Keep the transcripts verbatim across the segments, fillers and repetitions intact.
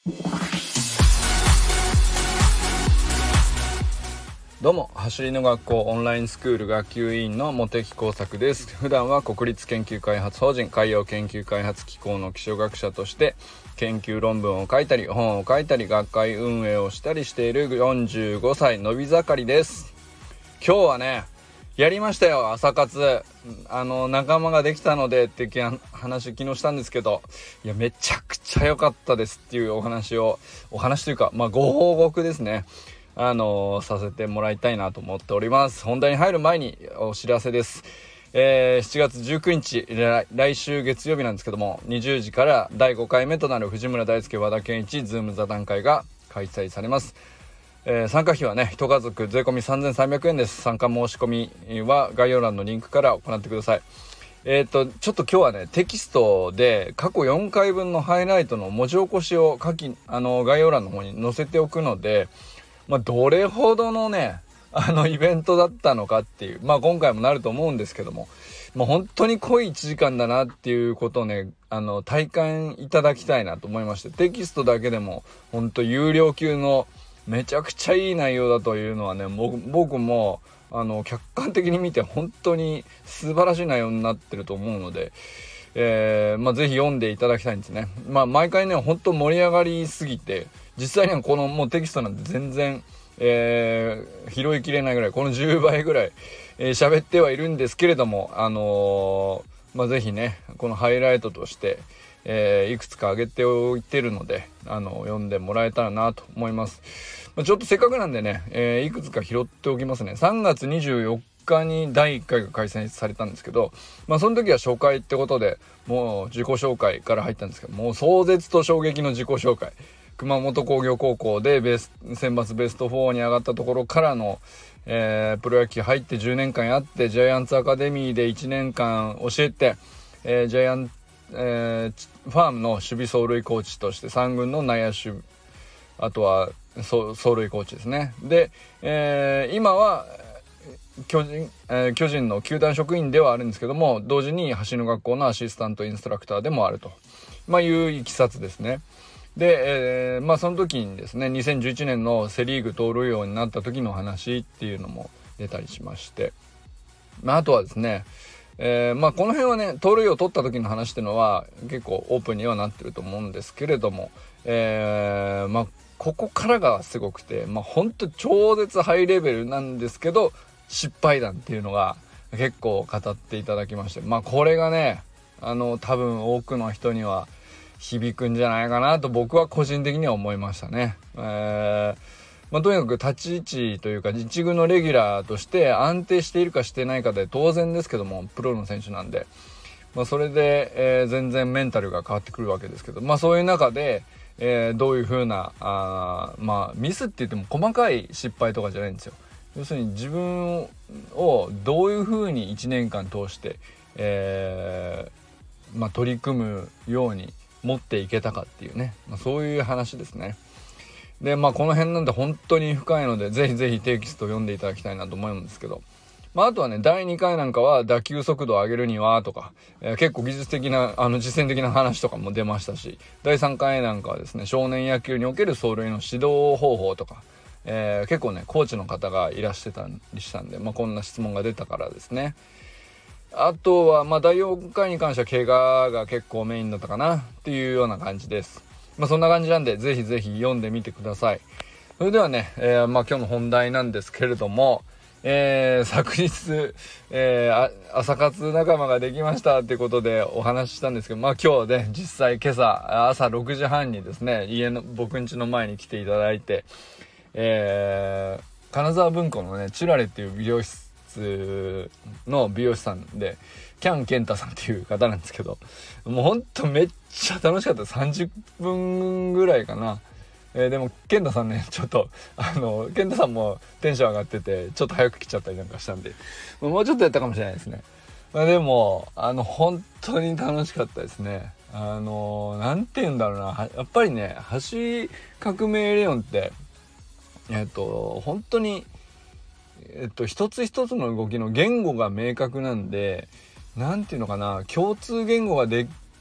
どうも、走りの学校オンラインスクール学級委員の茂木耕作です。普段は国立研究開発法人海洋研究開発機構の気象学者として研究論文を書いたり本を書いたり学会運営をしたりしているよんじゅうごさいのび盛りです。今日はねやりましたよ、朝活。あの仲間ができたのでって話昨日したんですけど、いやめちゃくちゃ良かったですっていうお話をお話というかまあご報告ですね、あのー、させてもらいたいなと思っております。本題に入る前にお知らせです。えー、しちがつじゅうくにち 来, 来週月曜日なんですけども、にじゅうじからだいごかいめとなる藤村大輔和田健一ズーム座談会が開催されます。えー、参加費はね一家族税込みさんぜんさんびゃくえんです。参加申し込みは概要欄のリンクから行ってください。えーとちょっと今日はねテキストで過去よんかいぶんのハイライトの文字起こしを書きあの概要欄の方に載せておくので、まあ、どれほどのねあのイベントだったのかっていう、まあ今回もなると思うんですけども、まあ、本当に濃いいちじかんだなっていうことをねあの体感いただきたいなと思いまして、テキストだけでも本当有料級のめちゃくちゃいい内容だというのはね、僕, 僕もあの客観的に見て本当に素晴らしい内容になってると思うので、えーまあ、ぜひ読んでいただきたいんですね。まあ、毎回ね本当盛り上がりすぎて、実際にはこのもうテキストなんて全然、えー、拾いきれないぐらい、このじゅうばいぐらい喋、えー、ってはいるんですけれども、あのーまあ、ぜひねこのハイライトとしてえー、いくつか上げておいてるので、あの読んでもらえたらなと思います。まあ、ちょっとせっかくなんでね、えー、いくつか拾っておきますね。さんがつにじゅうよっかにだいいっかいが開催されたんですけど、まあその時は初回ってことでもう自己紹介から入ったんですけど、もう壮絶と衝撃の自己紹介、熊本工業高校でベス選抜ベストよんに上がったところからの、えー、プロ野球入ってじゅうねんかんやって、ジャイアンツアカデミーでいちねんかん教えて、えー、ジャイアンツえー、ファームの守備走塁コーチとしてさんぐんの内野手、あとは走塁コーチですね。で、えー、今は巨人、えー、巨人の球団職員ではあるんですけども、同時に走りの学校のアシスタントインストラクターでもあると、まあ、いういきさつですね。で、えー、まあその時にですねにせんじゅういちねんのセリーグ盗塁王になった時の話っていうのも出たりしまして、まあ、あとはですねえーまあ、この辺はね盗塁を取った時の話っていうのは結構オープンにはなってると思うんですけれども、えーまあ、ここからがすごくて、まあ、ほんと超絶ハイレベルなんですけど失敗談っていうのが結構語っていただきまして、まあ、これがねあの多分多くの人には響くんじゃないかなと僕は個人的には思いましたね。えーまあ、とにかく立ち位置というか一軍のレギュラーとして安定しているかしてないかで当然ですけども、プロの選手なんで、まあ、それで、えー、全然メンタルが変わってくるわけですけど、まあそういう中で、えー、どういう風なあまあミスって言っても細かい失敗とかじゃないんですよ。要するに自分をどういう風にいちねんかん通して、えーまあ、取り組むように持っていけたかっていうね、まあ、そういう話ですね。でまあこの辺なんで本当に深いので、ぜひぜひテキスト読んでいただきたいなと思うんですけど、まああとはねだいにかいなんかは打球速度を上げるにはとか、えー、結構技術的なあの実践的な話とかも出ましたし、だいさんかいなんかはですね少年野球における走塁の指導方法とか、えー、結構ねコーチの方がいらしてたりしたんで、まあこんな質問が出たからですね。あとはまあだいよんかいに関しては怪我が結構メインだったかなっていうような感じです。まあそんな感じなんでぜひぜひ読んでみてください。それではね、えー、まあ今日の本題なんですけれども、えー、昨日、えー、朝活仲間ができましたっていうことでお話ししたんですけど、まあ今日ね実際今朝朝ろくじはんにですね家の僕ん家の前に来ていただいて、えー、金沢文庫のねチュラレっていう美容室の美容師さんでキャンケンタさんっていう方なんですけど、もうほんとめっちゃ楽しかった。さんじゅっぷんぐらいかな。えー、でもケンタさんねちょっとあのケンタさんもテンション上がっててちょっと早く来ちゃったりなんかしたんで、もうちょっとやったかもしれないですね。まあ、でもあの本当に楽しかったですね。あのなんて言うんだろうな、やっぱりね走り革命レオンってえっと本当にえっと一つ一つの動きの言語が明確なんで、なんていうのかな、共通言語がで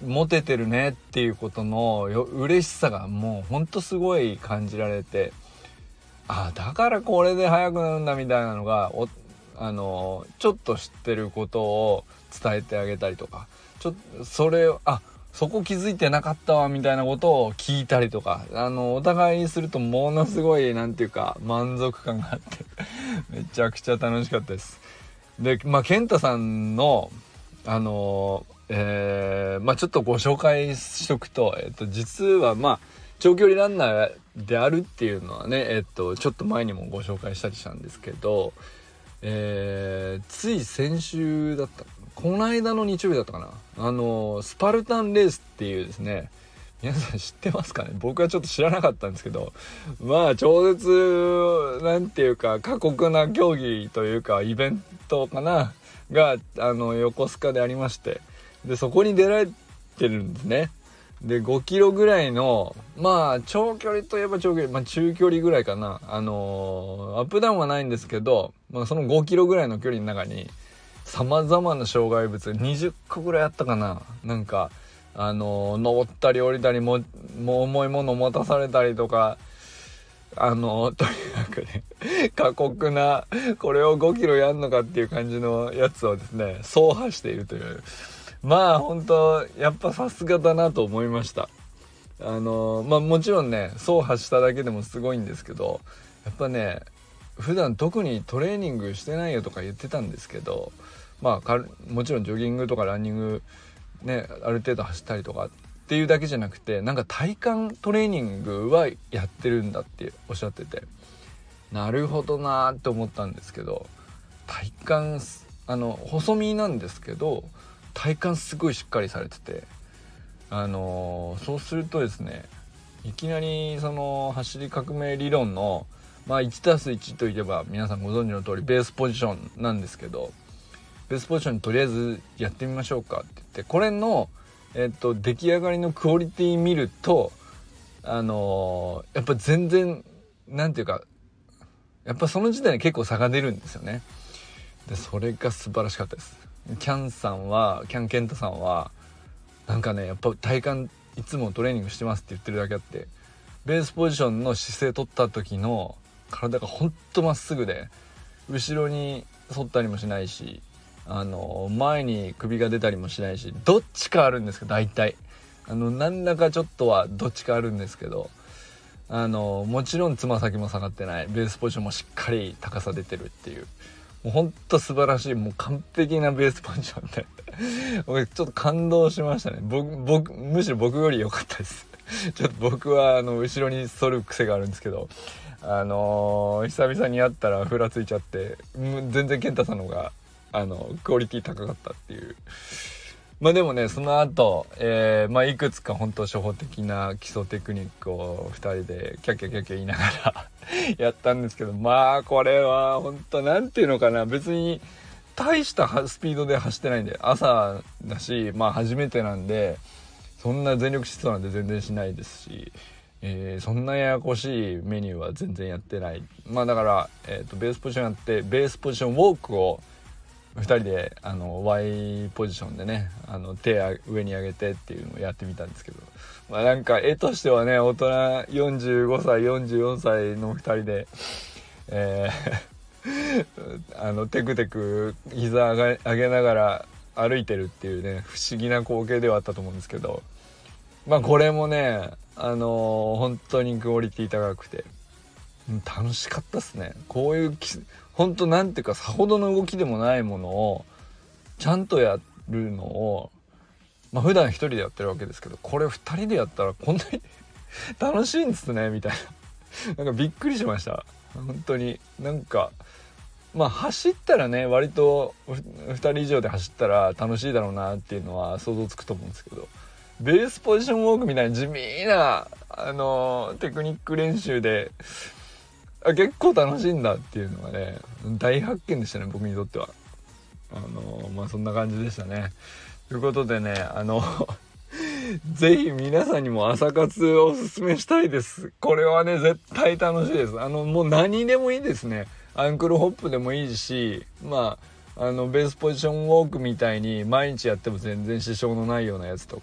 モテてるねっていうことのよ嬉しさがもうほんとすごい感じられて、あだからこれで速くなるんだみたいなのがおあのちょっと知ってることを伝えてあげたりとか、ちょっとそれをあそこ気づいてなかったわみたいなことを聞いたりとか、あのお互いにするとものすごいなんていうか満足感があってめちゃくちゃ楽しかったです。でまあ健太さんのあのえー、まあちょっとご紹介しとくと、えっと実はまあ長距離ランナーであるっていうのはね、えっとちょっと前にもご紹介したりしたんですけど、えー、つい先週だったこの間の日曜日だったかな、あのスパルタンレースっていうですね、皆さん知ってますかね。僕はちょっと知らなかったんですけど、まあ超絶なんていうか過酷な競技というかイベントかながあの横須賀でありまして、でそこに出られてるんですね。でごキロぐらいのまあ長距離といえば長距離、まあ中距離ぐらいかな、あのー、アップダウンはないんですけど、まあ、そのごキロぐらいの距離の中に様々な障害物にじゅっこぐらいあったかな、なんかあのー、登ったり降りたりももう重いものを持たされたりとか、あのー、とにかくね過酷なこれをごキロやんのかっていう感じのやつをですね走破しているという、まあ本当やっぱさすがだなと思いました。あのー、まあもちろんね走破しただけでもすごいんですけど、やっぱね普段特にトレーニングしてないよとか言ってたんですけど、まあもちろんジョギングとかランニングねある程度走ったりとかっていうだけじゃなくて、なんか体幹トレーニングはやってるんだっておっしゃってて、なるほどなーって思ったんですけど、体幹あの細身なんですけど体幹すごいしっかりされてて、あのー、そうするとですね、いきなりその走り革命理論のまあ いちたすいち といえば皆さんご存知の通りベースポジションなんですけど、ベースポジションとりあえずやってみましょうかって言って、これのえっと出来上がりのクオリティ見ると、あのー、やっぱ全然なんていうかやっぱその時点で結構差が出るんですよね。でそれが素晴らしかったです。キャンさんはキャンケンタさんはなんかねやっぱ体幹いつもトレーニングしてますって言ってるだけあって、ベースポジションの姿勢取った時の体がほんとまっすぐで、後ろに反ったりもしないし、あの前に首が出たりもしないし、どっちかあるんですけど大体あの何らかちょっとはどっちかあるんですけど、あのもちろんつま先も下がってない、ベースポジションもしっかり高さ出てるっていう、もうほんと素晴らしい、もう完璧なベースポジションで僕ちょっと感動しましたね。僕僕むしろ僕より良かったですちょっと僕はあの後ろに反る癖があるんですけど、あのー、久々に会ったらふらついちゃって、全然健太さんの方があのクオリティ高かったっていう。まあでもねその後、えー、まあいくつか本当初歩的な基礎テクニックをふたりでキャッキャキャッキャ言いながらやったんですけど、まあこれは本当なんていうのかな、別に大したスピードで走ってないんで、朝だしまあ初めてなんでそんな全力疾走なんて全然しないですし、えー、そんなややこしいメニューは全然やってない。まあだから、えーと、ベースポジションやってベースポジションウォークをふたりであの Y ポジションでね、あの手上に上げてっていうのをやってみたんですけど、まあなんか絵としてはね、大人よんじゅうごさいよんじゅうよんさいのふたりで、えー、あのテクテク膝上げ、上げながら歩いてるっていうね不思議な光景ではあったと思うんですけど、まあこれもねあのー、本当にクオリティ高くて楽しかったっすね。こういう本当なんていうかさほどの動きでもないものをちゃんとやるのを、まあ普段一人でやってるわけですけど、これ二人でやったらこんなに楽しいんですねみたいななんかびっくりしました。本当になんかまあ走ったらね割とふたり以上で走ったら楽しいだろうなっていうのは想像つくと思うんですけど、ベースポジションウォークみたいな地味なあのー、テクニック練習であ結構楽しいんだっていうのがね大発見でしたね、僕にとっては。あのー、まあそんな感じでしたね。ということでね、あのぜひ皆さんにも朝活をおすすめしたいです。これはね絶対楽しいです。あのもう何でもいいですね。アンクルホップでもいいし、まああのベースポジションウォークみたいに毎日やっても全然支障のないようなやつとか、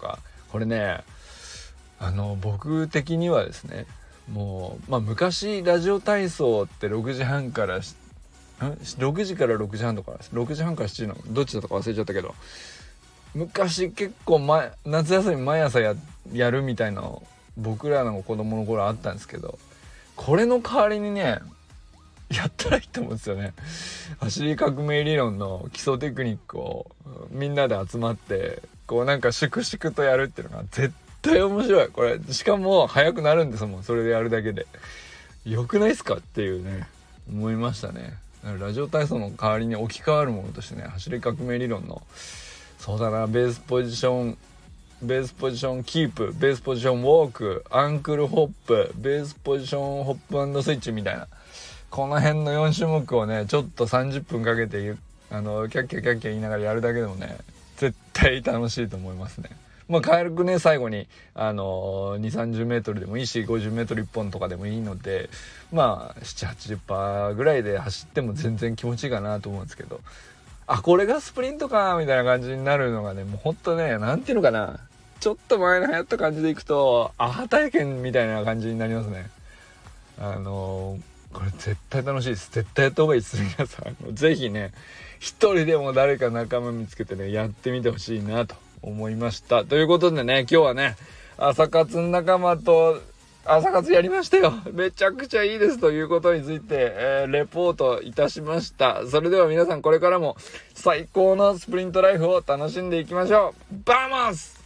これねあの僕的にはですねもう、まあ、昔ラジオ体操ってろくじはんからろくじからろくじはんとかろくじはんからしちじのどっちだとか忘れちゃったけど、昔結構前夏休み毎朝 や, やるみたいなの僕らの子供の頃あったんですけど、これの代わりにねやったらいいと思うんですよね。走り革命理論の基礎テクニックをみんなで集まってこうなんか粛々とやるっていうのが絶対面白い。これしかも速くなるんですもん、それでやるだけで。よくないですかっていうね思いましたね。ラジオ体操の代わりに置き換わるものとしてね、走り革命理論のそうだなベースポジションベースポジションキープ、ベースポジションウォーク、アンクルホップ、ベースポジションホップ&スイッチみたいなこの辺のよん種目をねちょっとさんじゅっぷんかけてあのキャッキャキャッキャ言いながらやるだけでもね絶対楽しいと思いますね。まあ軽くね最後にあの にじゅうさんじゅうメートルでもいいしごじゅうメートルいっぽんとかでもいいので、まあ ななじゅうはちじゅっパーセント ぐらいで走っても全然気持ちいいかなと思うんですけど、あこれがスプリントかみたいな感じになるのがねもうほんとねなんていうのかな、ちょっと前の流行った感じでいくとアハ体験みたいな感じになりますね。あのーこれ絶対楽しいです。絶対やった方がいいです。皆さんぜひね一人でも誰か仲間見つけてねやってみてほしいなと思いました。ということでね今日はね朝活仲間と朝活やりましたよ。めちゃくちゃいいですということについて、えー、レポートいたしました。それでは皆さんこれからも最高のスプリントライフを楽しんでいきましょう。バーモス。